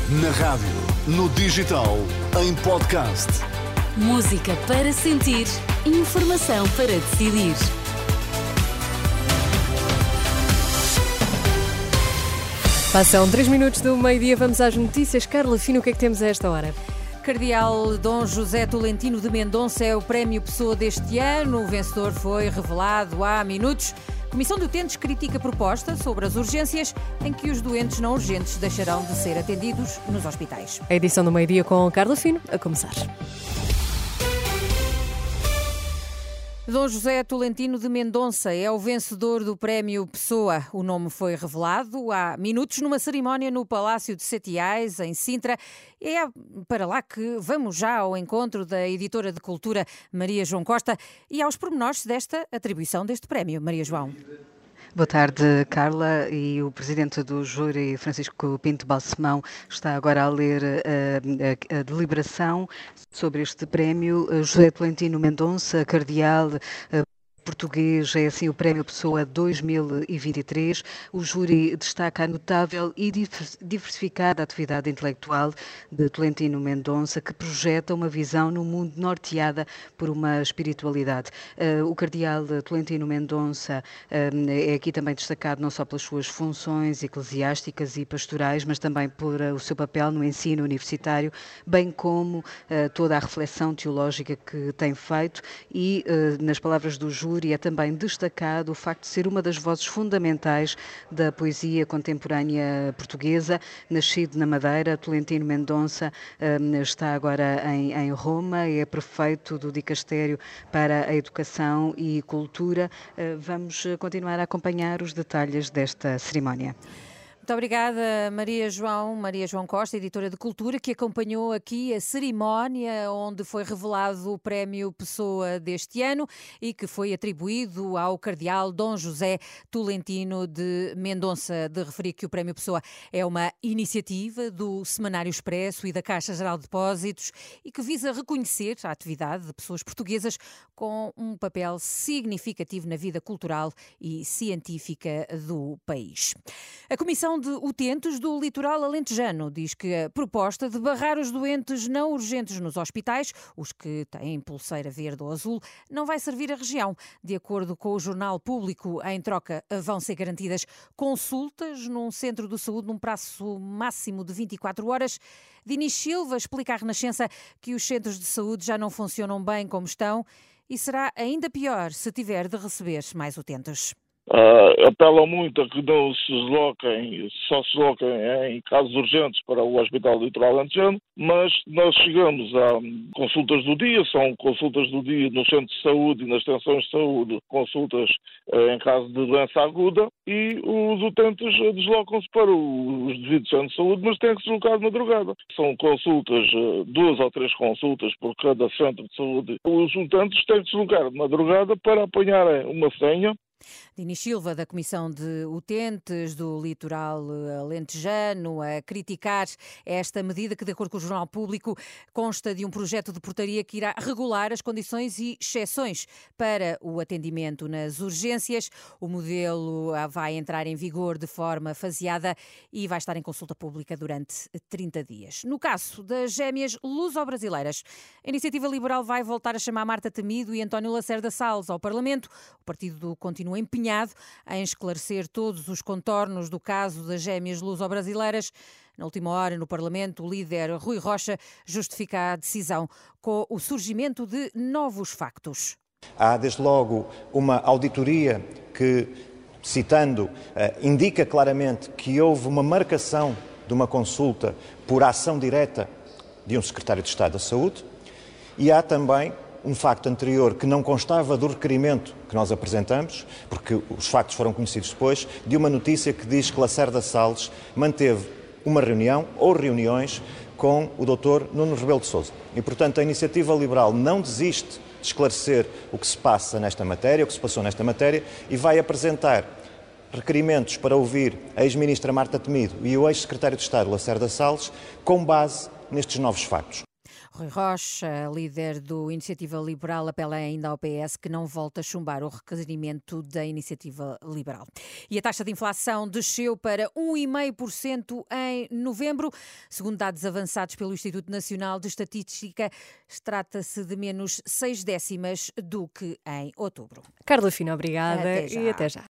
Na rádio, no digital, em podcast. Música para sentir, informação para decidir. Passam 3 minutos do meio-dia, vamos às notícias. Carla Fino, o que é que temos a esta hora? Cardeal Dom José Tolentino de Mendonça é o prémio Pessoa deste ano. O vencedor foi revelado há minutos. A Comissão de Utentes critica a proposta sobre as urgências em que os doentes não urgentes deixarão de ser atendidos nos hospitais. A edição do meio-dia com Carla Fino, a começar. Dom José Tolentino de Mendonça é o vencedor do prémio Pessoa. O nome foi revelado há minutos numa cerimónia no Palácio de Setiais, em Sintra. É para lá que vamos já ao encontro da editora de cultura Maria João Costa e aos pormenores desta atribuição deste prémio. Maria João. Boa tarde, Carla. E o presidente do júri, Francisco Pinto Balsemão, está agora a ler a deliberação sobre este prémio. José Tolentino Mendonça, cardeal português, é assim o Prémio Pessoa 2023. O júri destaca a notável e diversificada atividade intelectual de Tolentino Mendonça, que projeta uma visão no mundo norteada por uma espiritualidade. O cardeal Tolentino Mendonça é aqui também destacado não só pelas suas funções eclesiásticas e pastorais, mas também por o seu papel no ensino universitário, bem como toda a reflexão teológica que tem feito e, nas palavras do júri, é também destacado o facto de ser uma das vozes fundamentais da poesia contemporânea portuguesa. Nascido na Madeira, Tolentino Mendonça está agora em Roma, é prefeito do Dicastério para a Educação e Cultura. Vamos continuar a acompanhar os detalhes desta cerimónia. Muito obrigada, Maria João Costa, editora de cultura, que acompanhou aqui a cerimónia onde foi revelado o prémio Pessoa deste ano e que foi atribuído ao cardeal Dom José Tolentino de Mendonça. De referir que o prémio Pessoa é uma iniciativa do Semanário Expresso e da Caixa Geral de Depósitos e que visa reconhecer a atividade de pessoas portuguesas com um papel significativo na vida cultural e científica do país. A Comissão de Utentes do Litoral Alentejano diz que a proposta de barrar os doentes não urgentes nos hospitais, os que têm pulseira verde ou azul, não vai servir a região. De acordo com o Jornal Público, em troca vão ser garantidas consultas num centro de saúde num prazo máximo de 24 horas. Dinis Silva explica à Renascença que os centros de saúde já não funcionam bem como estão e será ainda pior se tiver de receber mais utentes. Apelam muito a que não se desloquem, só se desloquem em casos urgentes para o Hospital Litoral Alentejano, mas nós chegamos a consultas do dia, são consultas do dia no centro de saúde e nas extensões de saúde, consultas em caso de doença aguda, e os utentes deslocam-se para os devidos centros de saúde, mas têm que se deslocar de madrugada. São consultas, 2 ou 3 consultas por cada centro de saúde. Os utentes têm que se deslocar de madrugada para apanharem uma senha. Dinis Silva, da Comissão de Utentes do Litoral Alentejano, a criticar esta medida que, de acordo com o Jornal Público, consta de um projeto de portaria que irá regular as condições e exceções para o atendimento nas urgências. O modelo vai entrar em vigor de forma faseada e vai estar em consulta pública durante 30 dias. No caso das gêmeas luso-brasileiras, a Iniciativa Liberal vai voltar a chamar Marta Temido e António Lacerda Salles ao Parlamento. O partido continua empenhado em esclarecer todos os contornos do caso das gêmeas luso-brasileiras. Na última hora, no Parlamento, o líder Rui Rocha justifica a decisão com o surgimento de novos factos. Há, desde logo, uma auditoria que, citando, indica claramente que houve uma marcação de uma consulta por ação direta de um secretário de Estado da Saúde, e há também um facto anterior que não constava do requerimento que nós apresentamos, porque os factos foram conhecidos depois, de uma notícia que diz que Lacerda Salles manteve uma reunião ou reuniões com o Dr. Nuno Rebelo de Sousa. E, portanto, a Iniciativa Liberal não desiste de esclarecer o que se passa nesta matéria, o que se passou nesta matéria, e vai apresentar requerimentos para ouvir a ex-ministra Marta Temido e o ex-secretário de Estado Lacerda Salles com base nestes novos factos. Rui Rocha, líder do Iniciativa Liberal, apela ainda ao PS que não volta a chumbar o requerimento da Iniciativa Liberal. E a taxa de inflação desceu para 1,5% em novembro. Segundo dados avançados pelo Instituto Nacional de Estatística, trata-se de menos 6 décimas do que em outubro. Carla Fino, obrigada Até já. e até já.